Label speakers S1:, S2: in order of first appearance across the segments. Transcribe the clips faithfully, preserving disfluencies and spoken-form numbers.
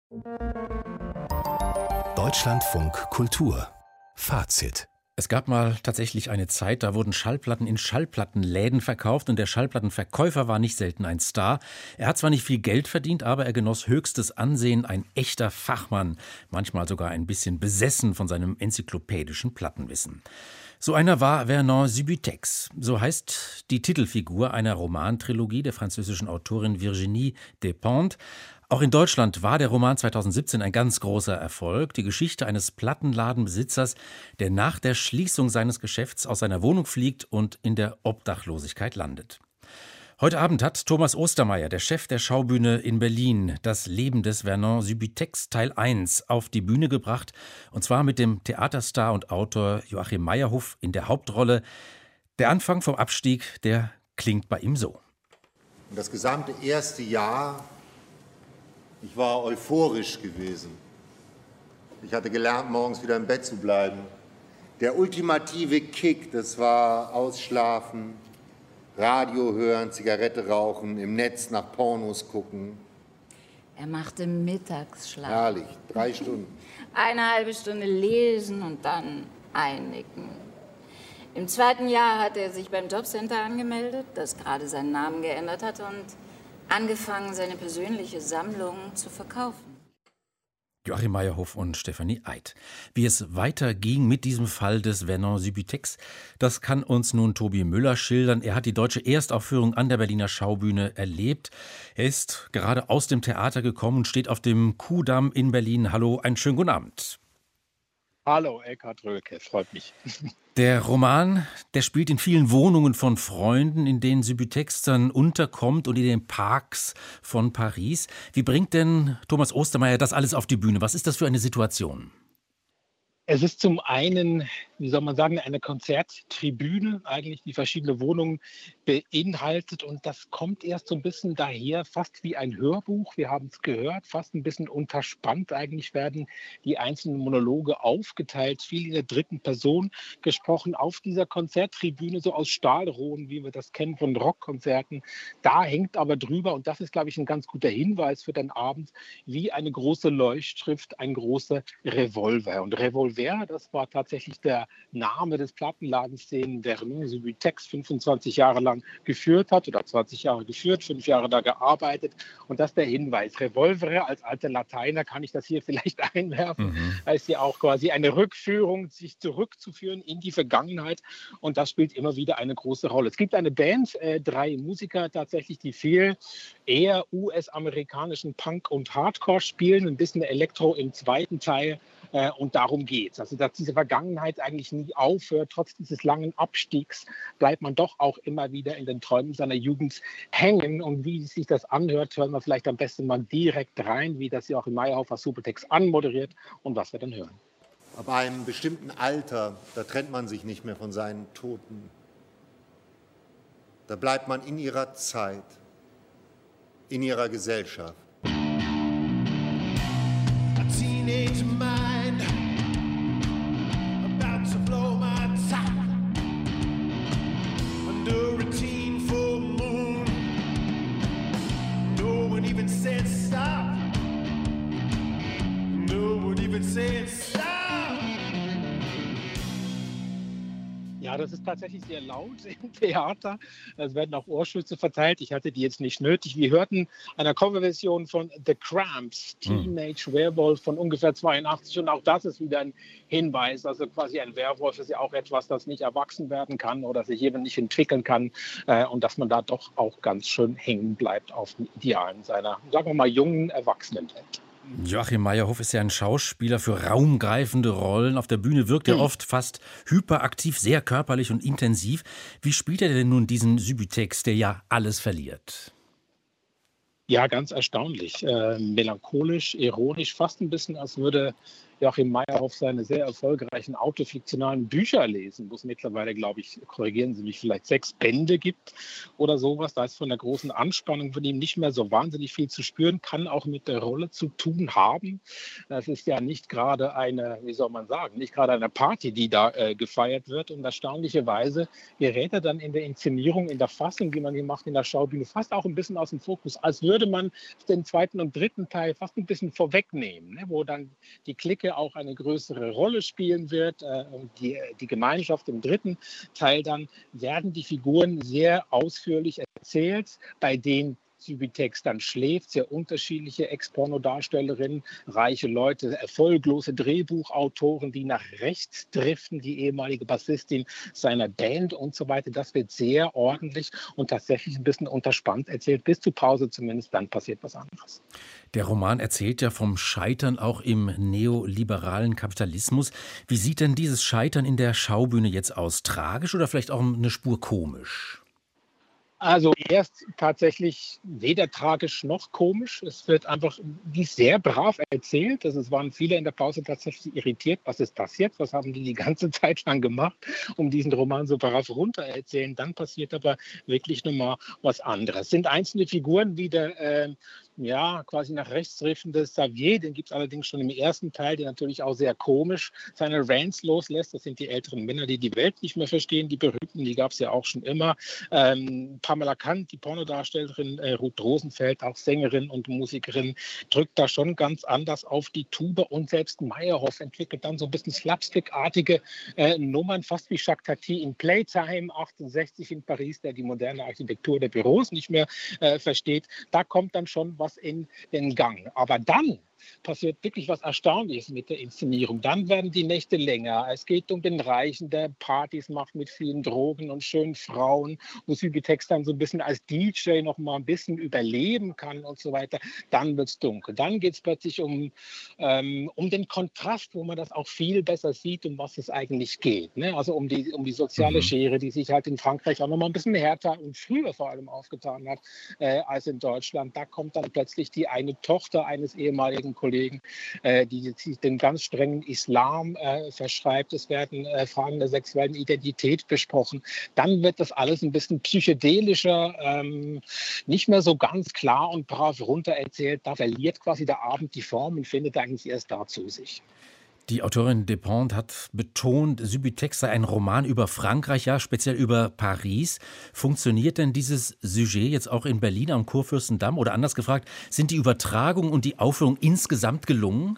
S1: Deutschlandfunk Kultur Fazit.
S2: Es gab mal tatsächlich eine Zeit, da wurden Schallplatten in Schallplattenläden verkauft und der Schallplattenverkäufer war nicht selten ein Star. Er hat zwar nicht viel Geld verdient, aber er genoss höchstes Ansehen, ein echter Fachmann, manchmal sogar ein bisschen besessen von seinem enzyklopädischen Plattenwissen. So einer war Vernon Subutex. So heißt die Titelfigur einer Romantrilogie der französischen Autorin Virginie Despentes. Auch in Deutschland war der Roman zweitausendsiebzehn ein ganz großer Erfolg. Die Geschichte eines Plattenladenbesitzers, der nach der Schließung seines Geschäfts aus seiner Wohnung fliegt und in der Obdachlosigkeit landet. Heute Abend hat Thomas Ostermeier, der Chef der Schaubühne in Berlin, das Leben des Vernon Subutex Teil eins auf die Bühne gebracht. Und zwar mit dem Theaterstar und Autor Joachim Meyerhoff in der Hauptrolle. Der Anfang vom Abstieg, der klingt bei ihm so.
S3: Das gesamte erste Jahr, ich war euphorisch gewesen. Ich hatte gelernt, morgens wieder im Bett zu bleiben. Der ultimative Kick, das war Ausschlafen, Radio hören, Zigarette rauchen, im Netz nach Pornos gucken.
S4: Er machte Mittagsschlaf.
S3: Herrlich, drei Stunden.
S4: Eine halbe Stunde lesen und dann einnicken. Im zweiten Jahr hatte er sich beim Jobcenter angemeldet, das gerade seinen Namen geändert hatte, und angefangen, seine persönliche Sammlung zu verkaufen.
S2: Joachim Meyerhoff und Stefanie Eid. Wie es weiterging mit diesem Fall des Vernon Subutex, das kann uns nun Tobi Müller schildern. Er hat die deutsche Erstaufführung an der Berliner Schaubühne erlebt. Er ist gerade aus dem Theater gekommen und steht auf dem Kuhdamm in Berlin. Hallo, einen schönen guten Abend.
S5: Hallo, Eckhard Rölke, freut mich.
S2: Der Roman, der spielt in vielen Wohnungen von Freunden, in denen Subutex dann unterkommt und in den Parks von Paris. Wie bringt denn Thomas Ostermeier das alles auf die Bühne? Was ist das für eine Situation?
S5: Es ist zum einen, wie soll man sagen, eine Konzerttribüne, eigentlich die verschiedene Wohnungen beinhaltet. Und das kommt erst so ein bisschen daher, fast wie ein Hörbuch. Wir haben es gehört, fast ein bisschen unterspannt. Eigentlich werden die einzelnen Monologe aufgeteilt, viel in der dritten Person gesprochen auf dieser Konzerttribüne, so aus Stahlrohren, wie wir das kennen von Rockkonzerten. Da hängt aber drüber, und das ist, glaube ich, ein ganz guter Hinweis für den Abend, wie eine große Leuchtschrift, ein großer Revolver. Und Revolver, das war tatsächlich der Name des Plattenladens, den Vernon Subutex fünfundzwanzig Jahre lang geführt hat, oder zwanzig Jahre geführt, fünf Jahre da gearbeitet. Und das ist der Hinweis. Revolvere, als alter Lateiner kann ich das hier vielleicht einwerfen, mhm. Da ist ja auch quasi eine Rückführung, sich zurückzuführen in die Vergangenheit. Und das spielt immer wieder eine große Rolle. Es gibt eine Band, äh, drei Musiker tatsächlich, die viel eher U S-amerikanischen Punk und Hardcore spielen, ein bisschen Elektro im zweiten Teil. Äh, und darum geht es. Also, dass diese Vergangenheit eigentlich nie aufhört. Trotz dieses langen Abstiegs bleibt man doch auch immer wieder in den Träumen seiner Jugend hängen. Und wie sich das anhört, hören wir vielleicht am besten mal direkt rein, wie das Joachim Meyerhoff als Subutex anmoderiert und was wir dann hören.
S3: Ab einem bestimmten Alter, da trennt man sich nicht mehr von seinen Toten. Da bleibt man in ihrer Zeit, in ihrer Gesellschaft. A teenage mind about to blow my top under a teen full moon. No one even said stop. No one even said stop.
S5: Ja, das ist tatsächlich sehr laut im Theater. Es werden auch Ohrschütze verteilt. Ich hatte die jetzt nicht nötig. Wir hörten eine Coverversion von The Cramps, Teenage hm. Werewolf von ungefähr zweiundachtzig. Und auch das ist wieder ein Hinweis. Also quasi ein Werwolf ist ja auch etwas, das nicht erwachsen werden kann oder sich eben nicht entwickeln kann. Und dass man da doch auch ganz schön hängen bleibt auf den Idealen seiner, sagen wir mal, jungen Erwachsenenwelt.
S2: Joachim Meyerhoff ist ja ein Schauspieler für raumgreifende Rollen. Auf der Bühne wirkt er oft fast hyperaktiv, sehr körperlich und intensiv. Wie spielt er denn nun diesen Subutex, der ja alles verliert?
S5: Ja, ganz erstaunlich. Äh, melancholisch, ironisch, fast ein bisschen, als würde Joachim Meyerhoff seine sehr erfolgreichen autofiktionalen Bücher lesen, wo es mittlerweile, glaube ich, korrigieren Sie mich, vielleicht sechs Bände gibt oder sowas. Da ist von der großen Anspannung von ihm nicht mehr so wahnsinnig viel zu spüren, kann auch mit der Rolle zu tun haben. Das ist ja nicht gerade eine, wie soll man sagen, nicht gerade eine Party, die da äh, gefeiert wird. Und erstaunlicherweise gerät er dann in der Inszenierung, in der Fassung, wie man die macht in der Schaubühne, fast auch ein bisschen aus dem Fokus, als würde man den zweiten und dritten Teil fast ein bisschen vorwegnehmen, ne, wo dann die Clique auch eine größere Rolle spielen wird. Äh, und die, die Gemeinschaft im dritten Teil dann werden die Figuren sehr ausführlich erzählt, bei denen Subutex dann schläft, sehr unterschiedliche Ex-Porno-Darstellerinnen, reiche Leute, erfolglose Drehbuchautoren, die nach rechts driften, die ehemalige Bassistin seiner Band und so weiter. Das wird sehr ordentlich und tatsächlich ein bisschen unterspannt erzählt, bis zur Pause zumindest, dann passiert was anderes.
S2: Der Roman erzählt ja vom Scheitern auch im neoliberalen Kapitalismus. Wie sieht denn dieses Scheitern in der Schaubühne jetzt aus? Tragisch oder vielleicht auch eine Spur komisch?
S5: Also erst tatsächlich weder tragisch noch komisch. Es wird einfach wie sehr brav erzählt. Also es waren viele in der Pause tatsächlich irritiert. Was ist das jetzt? Was haben die die ganze Zeit lang gemacht, um diesen Roman so brav runtererzählen? Dann passiert aber wirklich nochmal was anderes. Es sind einzelne Figuren wie der äh, ja, quasi nach rechts driftende Xavier, den gibt es allerdings schon im ersten Teil, der natürlich auch sehr komisch seine Rants loslässt. Das sind die älteren Männer, die die Welt nicht mehr verstehen, die berühmten, die gab es ja auch schon immer. Ähm, Pamela Kant, die Pornodarstellerin, äh, Ruth Rosenfeld, auch Sängerin und Musikerin, drückt da schon ganz anders auf die Tube und selbst Meyerhoff entwickelt dann so ein bisschen slapstickartige äh, Nummern, fast wie Jacques Tati in Playtime achtundsechzig in Paris, der die moderne Architektur der Büros nicht mehr äh, versteht. Da kommt dann schon was in den Gang. Aber dann passiert wirklich was Erstaunliches mit der Inszenierung. Dann werden die Nächte länger. Es geht um den Reichen, der Partys macht mit vielen Drogen und schönen Frauen, wo Subutex dann so ein bisschen als D J noch mal ein bisschen überleben kann und so weiter. Dann wird es dunkel. Dann geht es plötzlich um, ähm, um den Kontrast, wo man das auch viel besser sieht, um was es eigentlich geht. Ne? Also um die, um die soziale
S2: Mhm.
S5: Schere, die sich halt in Frankreich auch noch mal ein bisschen härter und früher vor allem aufgetan hat äh, als in Deutschland. Da kommt dann plötzlich die eine Tochter eines ehemaligen Kollegen, äh, die sich den ganz strengen Islam äh, verschreibt. Es werden äh, Fragen der sexuellen Identität besprochen. Dann wird das alles ein bisschen psychedelischer, ähm, nicht mehr so ganz klar und brav runtererzählt. Da verliert quasi der Abend die Form und findet eigentlich erst da zu sich.
S2: Die Autorin Despentes hat betont, Subutex sei ein Roman über Frankreich, ja speziell über Paris. Funktioniert denn dieses Sujet jetzt auch in Berlin am Kurfürstendamm? Oder anders gefragt, sind die Übertragung und die Aufführung insgesamt gelungen?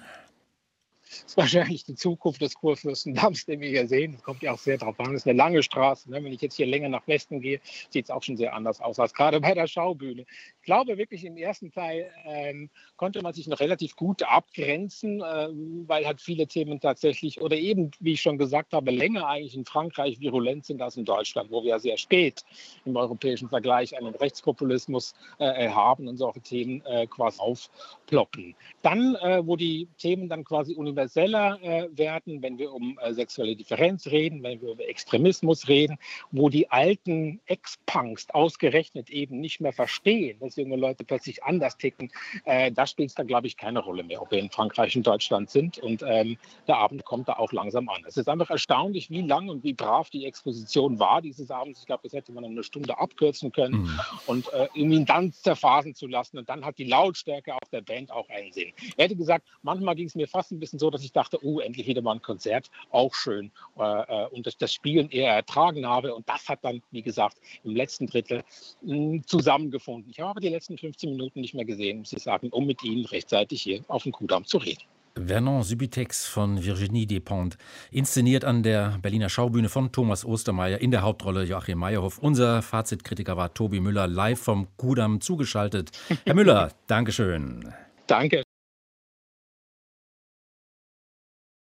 S5: Das ist wahrscheinlich die Zukunft des Kurfürstendamms, den wir hier sehen. Das kommt ja auch sehr drauf an. Das ist eine lange Straße. Ne? Wenn ich jetzt hier länger nach Westen gehe, sieht es auch schon sehr anders aus als gerade bei der Schaubühne. Ich glaube wirklich, im ersten Teil ähm, konnte man sich noch relativ gut abgrenzen, äh, weil halt viele Themen tatsächlich, oder eben, wie ich schon gesagt habe, länger eigentlich in Frankreich virulent sind als in Deutschland, wo wir ja sehr spät im europäischen Vergleich einen Rechtspopulismus äh, haben und solche Themen äh, quasi aufploppen. Dann, äh, wo die Themen dann quasi universeller äh, werden, wenn wir um äh, sexuelle Differenz reden, wenn wir über Extremismus reden, wo die alten Ex-Punks ausgerechnet eben nicht mehr verstehen, dass junge Leute plötzlich anders ticken, äh, da spielt es dann, glaube ich, keine Rolle mehr, ob wir in Frankreich und Deutschland sind. Und ähm, der Abend kommt da auch langsam an. Es ist einfach erstaunlich, wie lang und wie brav die Exposition war dieses Abends. Ich glaube, das hätte man eine Stunde abkürzen können
S2: Mhm.
S5: und äh, um ihn dann zerphasen zu lassen. Und dann hat die Lautstärke auch der Band auch einen Sinn. Er hätte gesagt, manchmal ging es mir fast ein bisschen so, dass ich dachte, oh, endlich wieder mal ein Konzert, auch schön. Äh, und dass das Spielen eher ertragen habe. Und das hat dann, wie gesagt, im letzten Drittel mh, zusammengefunden. Ich habe aber die letzten fünfzehn Minuten nicht mehr gesehen, muss ich sagen, um mit Ihnen rechtzeitig hier auf dem Kudamm zu reden.
S2: Vernon Subutex von Virginie Despentes, inszeniert an der Berliner Schaubühne von Thomas Ostermeier, in der Hauptrolle Joachim Meyerhoff. Unser Fazitkritiker war Tobi Müller, live vom Kudamm zugeschaltet. Herr Müller, Dankeschön.
S5: Danke.